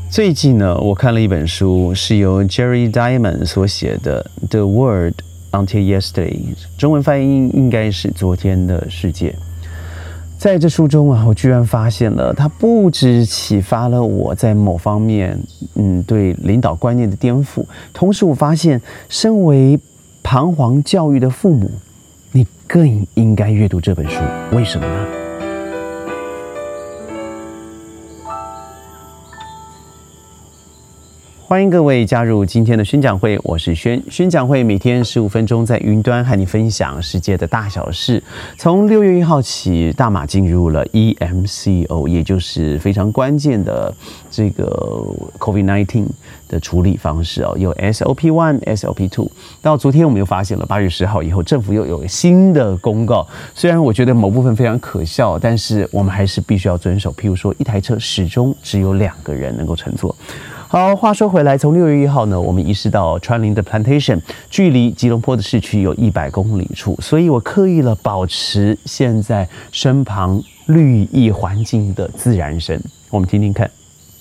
最近呢，我看了一本书，是由 Jerry Diamond 所写的《The World Until Yesterday》，中文翻译应该是昨天的世界。在这书中啊，我居然发现了，它不只启发了我在某方面，对领导观念的颠覆，同时我发现，身为彷徨教育的父母，你更应该阅读这本书。为什么呢？欢迎各位加入今天的宣讲会，我是轩。宣讲会每天15分钟，在云端和你分享世界的大小事。从6月1号起，大马进入了 EMCO， 也就是非常关键的这个 COVID-19 的处理方式哦，有 SOP1、SOP2。到昨天我们又发现了8月10号以后，政府又有新的公告。虽然我觉得某部分非常可笑，但是我们还是必须要遵守。譬如说，一台车始终只有2个人能够乘坐。好，话说回来，从6月1号呢，我们移师到川林的 Plantation， 距离吉隆坡的市区有100公里处，所以我刻意了保持现在身旁绿意环境的自然声，我们听听看。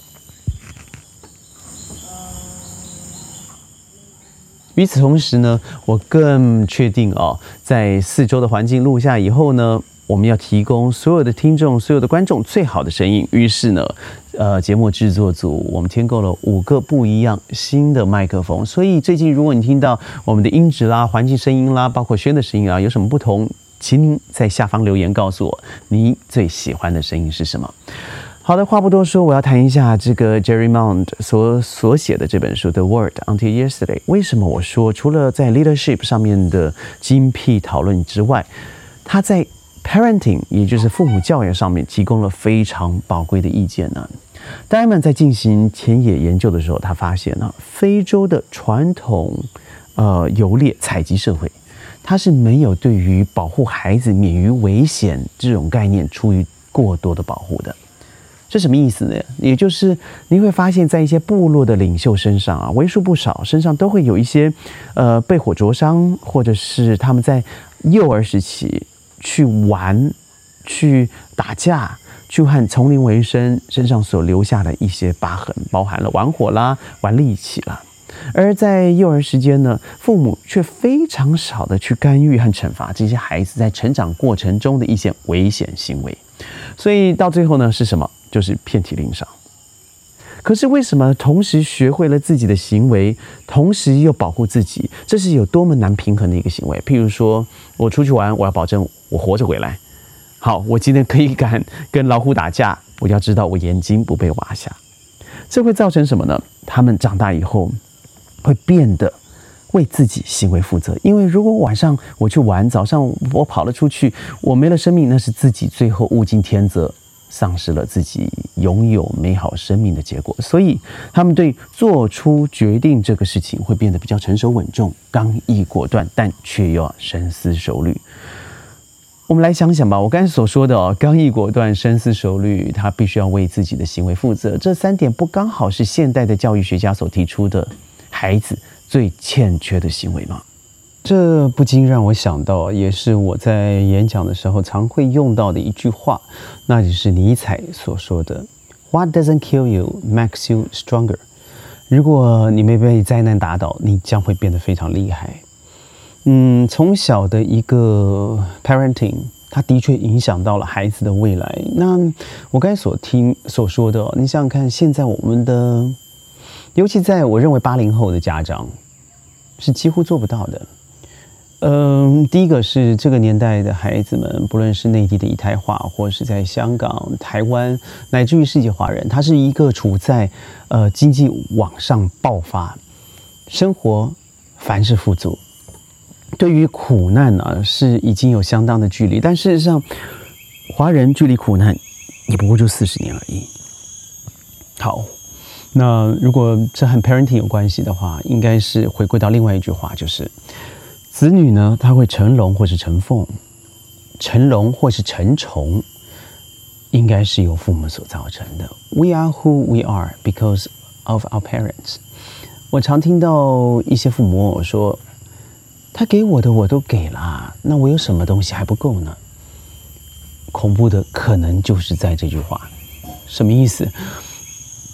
与此同时呢，我更确定在4周的环境录下以后呢，我们要提供所有的听众、所有的观众最好的声音。于是呢，节目制作组我们添购了5个不一样新的麦克风。所以最近如果你听到我们的音质啦、环境声音啦，包括轩的声音啊，有什么不同，请您在下方留言告诉我，你最喜欢的声音是什么。好的，话不多说，我要谈一下这个 Jerry Diamond 所写的这本书《The World Until Yesterday》。为什么我说除了在 leadership 上面的精辟讨论之外，他在 parenting 也就是父母教养上面提供了非常宝贵的意见呢？Diamond 在进行田野研究的时候，他发现非洲的传统游猎采集社会，它是没有对于保护孩子免于危险这种概念出于过多的保护的。这什么意思呢？也就是你会发现在一些部落的领袖身上为数不少身上都会有一些被火灼伤，或者是他们在幼儿时期去玩、去打架、去和丛林为生身上所留下的一些疤痕，包含了玩火啦、玩力气啦。而在幼儿时间呢，父母却非常少的去干预和惩罚这些孩子在成长过程中的一些危险行为。所以到最后呢，是什么？就是遍体鳞伤。可是为什么同时学会了自己的行为，同时又保护自己，这是有多么难平衡的一个行为？譬如说我出去玩，我要保证我活着回来。好，我今天可以敢跟老虎打架，我要知道我眼睛不被挖下。这会造成什么呢？他们长大以后会变得为自己行为负责。因为如果晚上我去玩，早上我跑了出去，我没了生命，那是自己最后物尽天择，丧失了自己拥有美好生命的结果。所以他们对做出决定这个事情会变得比较成熟稳重、刚毅果断，但却又要深思熟虑。我们来想想吧，我刚才所说的刚毅果断、深思熟虑，他必须要为自己的行为负责。这3点不刚好是现代的教育学家所提出的孩子最欠缺的行为吗？这不禁让我想到，也是我在演讲的时候常会用到的一句话，那就是尼采所说的 "What doesn't kill you makes you stronger"。如果你没被灾难打倒，你将会变得非常厉害。从小的一个 parenting， 它的确影响到了孩子的未来。那我刚才所说的，你想想看，现在我们的，尤其在我认为80后的家长，是几乎做不到的。第一个是这个年代的孩子们，不论是内地的一胎化，或是在香港、台湾，乃至于世界华人，他是一个处在经济往上爆发，生活凡事富足。对于苦难是已经有相当的距离，但事实上，华人距离苦难也不过就40年而已。好，那如果这和 parenting 有关系的话，应该是回归到另外一句话，就是子女呢，他会成龙或是成凤，成龙或是成虫，应该是由父母所造成的。We are who we are because of our parents。我常听到一些父母问我说，他给我的我都给了，那我有什么东西还不够呢？恐怖的可能就是在这句话。什么意思？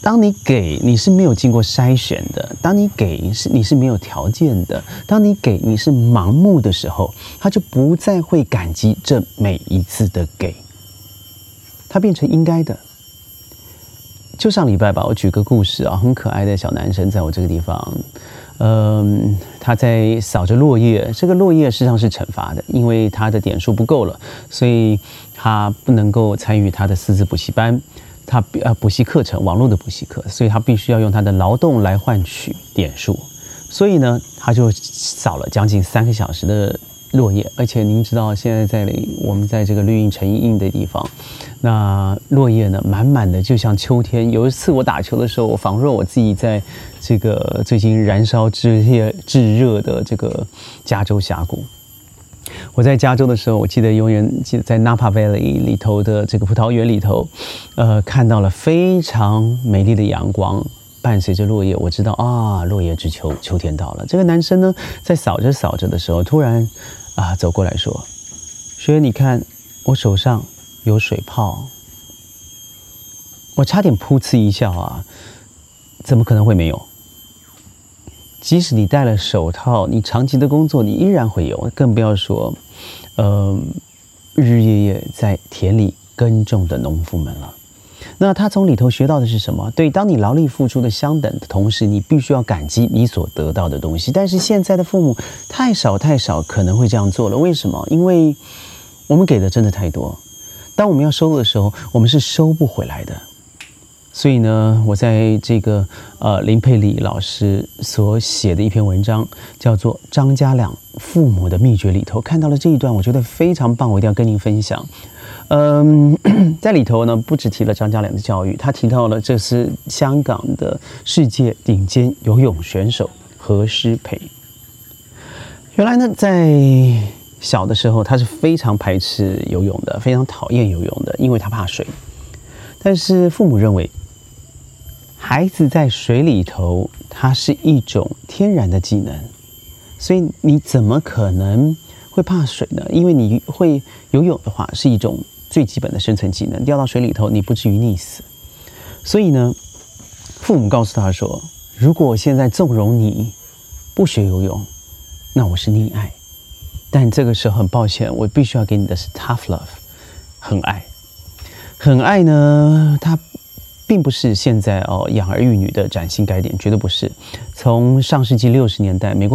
当你给，你是没有经过筛选的；当你给，你是没有条件的；当你给，你是盲目的时候，他就不再会感激这每一次的给，他变成应该的。就上礼拜吧，我举个故事啊，很可爱的小男生在我这个地方，他在扫着落叶，这个落叶实际上是惩罚的，因为他的点数不够了，所以他不能够参与他的识字补习班，他补习课程，网络的补习课，所以他必须要用他的劳动来换取点数，所以呢，他就扫了将近3个小时的落叶，而且您知道，现在我们在这个绿荫成荫的地方，那落叶呢，满满的，就像秋天。有一次我打球的时候，我仿若我自己在这个最近燃烧炙热的这个加州峡谷。我在加州的时候，我永远记得在 Napa Valley 里头的这个葡萄园里头，看到了非常美丽的阳光。伴随着落叶，我知道啊，落叶之秋，秋天到了。这个男生呢，在扫着的时候，突然走过来说：“学员，你看我手上有水泡。”我差点噗嗤一笑啊，怎么可能会没有？即使你戴了手套，你长期的工作，你依然会有，更不要说，日日夜夜在田里耕种的农夫们了。那他从里头学到的是什么？对，当你劳力付出的相等的同时，你必须要感激你所得到的东西。但是现在的父母太少可能会这样做了。为什么？因为我们给的真的太多，当我们要收的时候，我们是收不回来的。所以呢，我在这个林佩里老师所写的一篇文章，叫做《张家两父母的秘诀》里头，看到了这一段，我觉得非常棒，我一定要跟您分享。在里头呢，不只提了张家良的教育，他提到了这是香港的世界顶尖游泳选手何诗蓓。原来呢，在小的时候，他是非常排斥游泳的，非常讨厌游泳的，因为他怕水。但是父母认为，孩子在水里头，它是一种天然的技能，所以你怎么可能会怕水呢？因为你会游泳的话，是一种最基本的生存技能，掉到水里头，你不至于溺死。所以呢，父母告诉他说：“如果我现在纵容你不学游泳，那我是溺爱。但这个时候很抱歉，我必须要给你的是 tough love， 很爱。很爱呢，它并不是现在养儿育女的崭新概念，绝对不是。从上世纪60年代，美国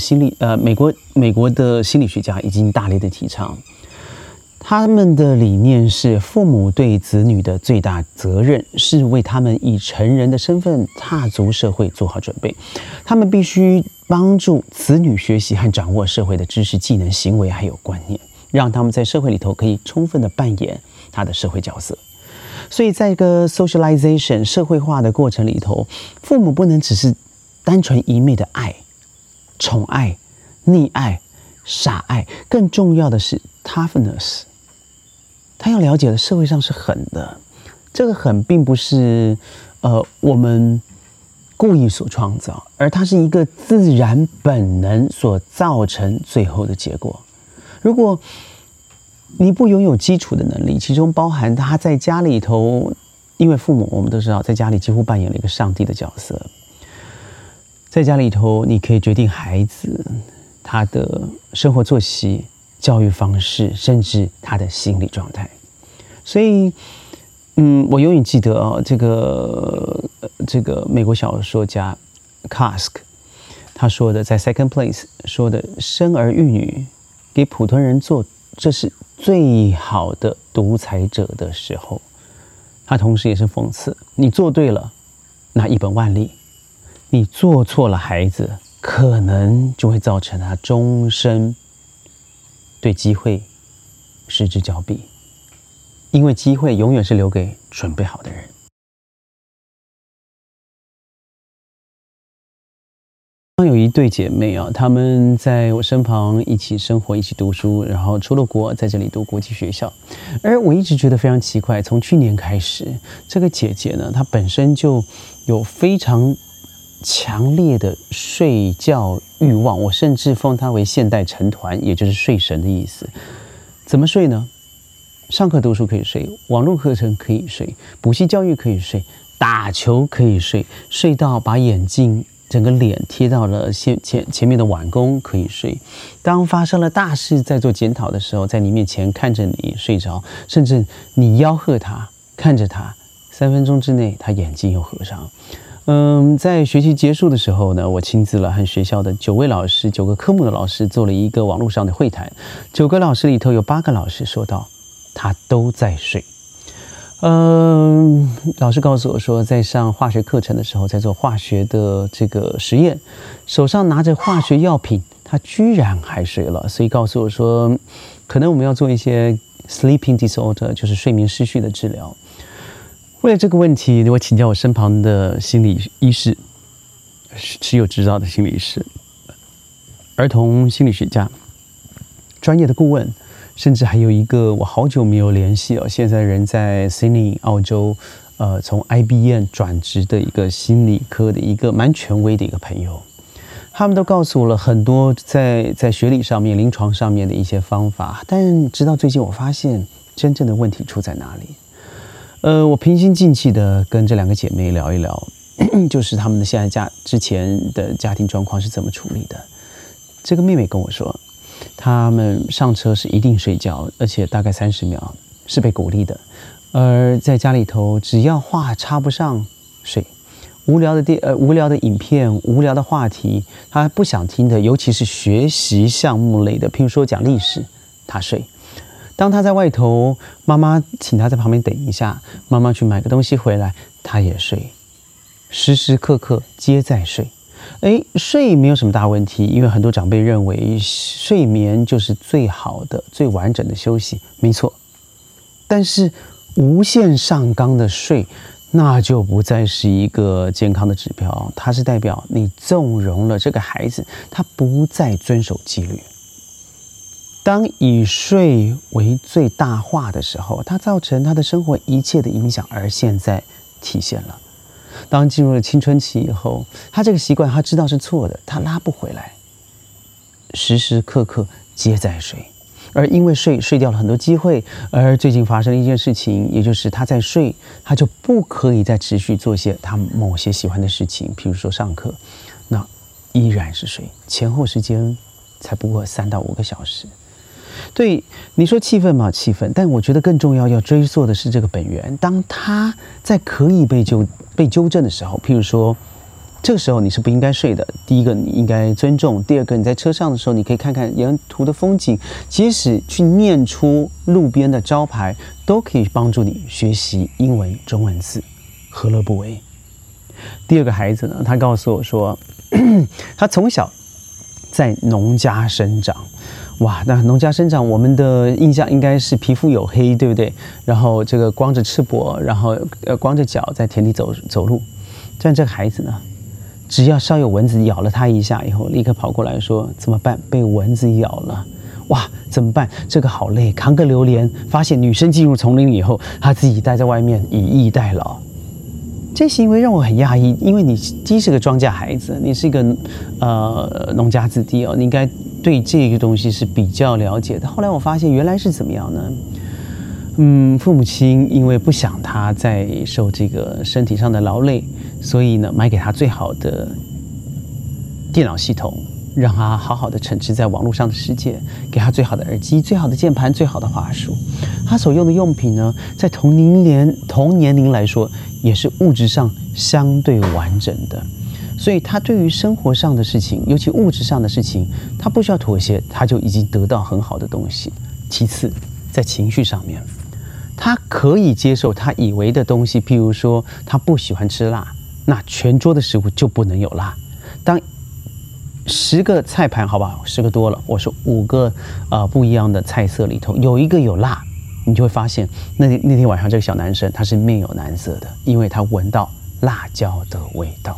的心理学家已经大力的提倡。”他们的理念是，父母对子女的最大责任是为他们以成人的身份踏足社会做好准备。他们必须帮助子女学习和掌握社会的知识、技能、行为还有观念，让他们在社会里头可以充分的扮演他的社会角色。所以在一个 socialization 社会化的过程里头，父母不能只是单纯一昧的爱、宠爱、溺爱、傻爱，更重要的是 toughness。他要了解的社会上是狠的，这个狠并不是我们故意所创造，而它是一个自然本能所造成最后的结果。如果你不拥有基础的能力，其中包含他在家里头，因为父母我们都知道，在家里几乎扮演了一个上帝的角色。在家里头，你可以决定孩子他的生活作息、教育方式，甚至他的心理状态。所以，我永远记得这个美国小说家 Kask 他说的，在 Second Place 说的，生儿育女给普通人做，这是最好的独裁者的时候。他同时也是讽刺，你做对了，那一本万利；你做错了，孩子可能就会造成他终身对机会失之交臂，因为机会永远是留给准备好的人。有一对姐妹啊，她们在我身旁一起生活，一起读书，然后出了国，在这里读国际学校。而我一直觉得非常奇怪，从去年开始，这个姐姐呢，她本身就有非常强烈的睡觉欲望，我甚至封她为现代成团，也就是睡神的意思。怎么睡呢？上课读书可以睡，网络课程可以睡，补习教育可以睡， 打球可以睡，睡到把眼镜整个脸贴到了前面的碗弓可以睡。当发生了大事在做检讨的时候，在你面前看着你睡着，甚至你吆喝他，看着他，3分钟之内他眼睛又合上。在学期结束的时候呢，我亲自了和学校的9位老师、9个科目的老师做了一个网络上的会谈。9个老师里头有8个老师说到，他都在睡。老师告诉我说，在上化学课程的时候，在做化学的这个实验，手上拿着化学药品，他居然还睡了。所以告诉我说，可能我们要做一些 sleeping disorder， 就是睡眠失序的治疗。为了这个问题，我请教我身旁的心理医师，持有执照的心理医师、儿童心理学家、专业的顾问，甚至还有一个我好久没有联系哦，现在人在 Sydney 澳洲，从 IBM 转职的一个心理科的一个蛮权威的一个朋友，他们都告诉我了很多在学理上面、临床上面的一些方法，但直到最近我发现真正的问题出在哪里。我平心静气的跟这2个姐妹聊一聊，就是她们的现在之前的家庭状况是怎么处理的。这个妹妹跟我说，她们上车是一定睡觉，而且大概30秒是被鼓励的。而在家里头，只要话插不上睡，无聊的影片、无聊的话题，她不想听的，尤其是学习项目类的，譬如说讲历史，她睡。当他在外头，妈妈请他在旁边等一下，妈妈去买个东西回来，他也睡，时时刻刻皆在睡。睡没有什么大问题，因为很多长辈认为睡眠就是最好的、最完整的休息，没错。但是无限上纲的睡，那就不再是一个健康的指标，它是代表你纵容了这个孩子，他不再遵守纪律。当以睡为最大化的时候，它造成他的生活一切的影响，而现在体现了。当进入了青春期以后，他这个习惯他知道是错的，他拉不回来，时时刻刻皆在睡。而因为睡掉了很多机会，而最近发生了一件事情，也就是他在睡，他就不可以再持续做些他某些喜欢的事情，譬如说上课，那依然是睡，前后时间才不过3到5个小时。对，你说气愤嘛，气愤，但我觉得更重要追溯的是这个本源。当他在可以被纠正的时候，譬如说，这个时候你是不应该睡的。第一个，你应该尊重；第二个，你在车上的时候，你可以看看沿途的风景，即使去念出路边的招牌，都可以帮助你学习英文、中文字，何乐不为？第二个孩子呢，他告诉我说，他从小在农家生长。哇，那农家生长，我们的印象应该是皮肤黝黑，对不对？然后这个光着赤膊，然后光着脚在田里走路。但这个孩子呢，只要稍有蚊子咬了他一下以后，立刻跑过来说怎么办？被蚊子咬了，哇，怎么办？这个好累，扛个榴莲。发现女生进入丛林以后，他自己待在外面以逸待劳。这行为让我很讶异，因为你第一是个庄稼孩子，你是一个农家子弟哦，你应该对这个东西是比较了解的。后来我发现原来是怎么样呢？父母亲因为不想他再受这个身体上的劳累，所以呢买给他最好的电脑系统，让他好好的惩治在网络上的世界，给他最好的耳机、最好的键盘、最好的滑鼠。他所用的用品呢，在同年龄来说，也是物质上相对完整的。所以他对于生活上的事情，尤其物质上的事情，他不需要妥协，他就已经得到很好的东西。其次，在情绪上面，他可以接受他以为的东西，譬如说他不喜欢吃辣，那全桌的食物就不能有辣。当10个菜盘，好不好？10个多了，我说5个不一样的菜色里头有一个有辣，你就会发现那天晚上这个小男生他是面有难色的，因为他闻到辣椒的味道。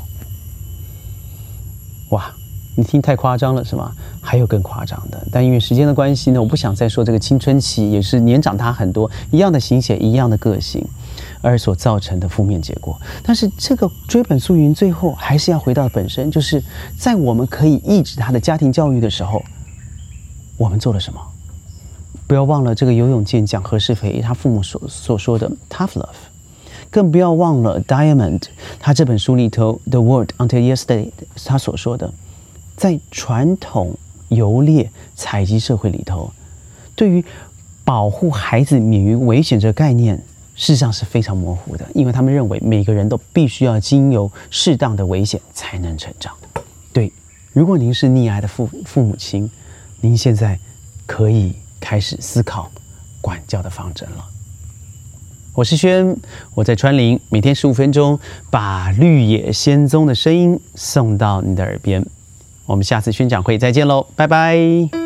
哇，你听太夸张了是吗？还有更夸张的，但因为时间的关系呢，我不想再说这个青春期也是年长他很多，一样的形写，一样的个性，而所造成的负面结果。但是这个追本溯源，最后还是要回到本身，就是在我们可以抑制他的家庭教育的时候，我们做了什么？不要忘了这个游泳健将何世培他父母所说的 tough love， 更不要忘了 Diamond 他这本书里头 The World Until Yesterday 他所说的，在传统游猎采集社会里头，对于保护孩子免于危险这个概念，事实上是非常模糊的，因为他们认为每个人都必须要经由适当的危险才能成长。对，如果您是溺爱的父母亲，您现在可以开始思考管教的方针了。我是轩，我在川林，每天15分钟，把绿野仙踪的声音送到你的耳边。我们下次宣讲会再见喽，拜拜。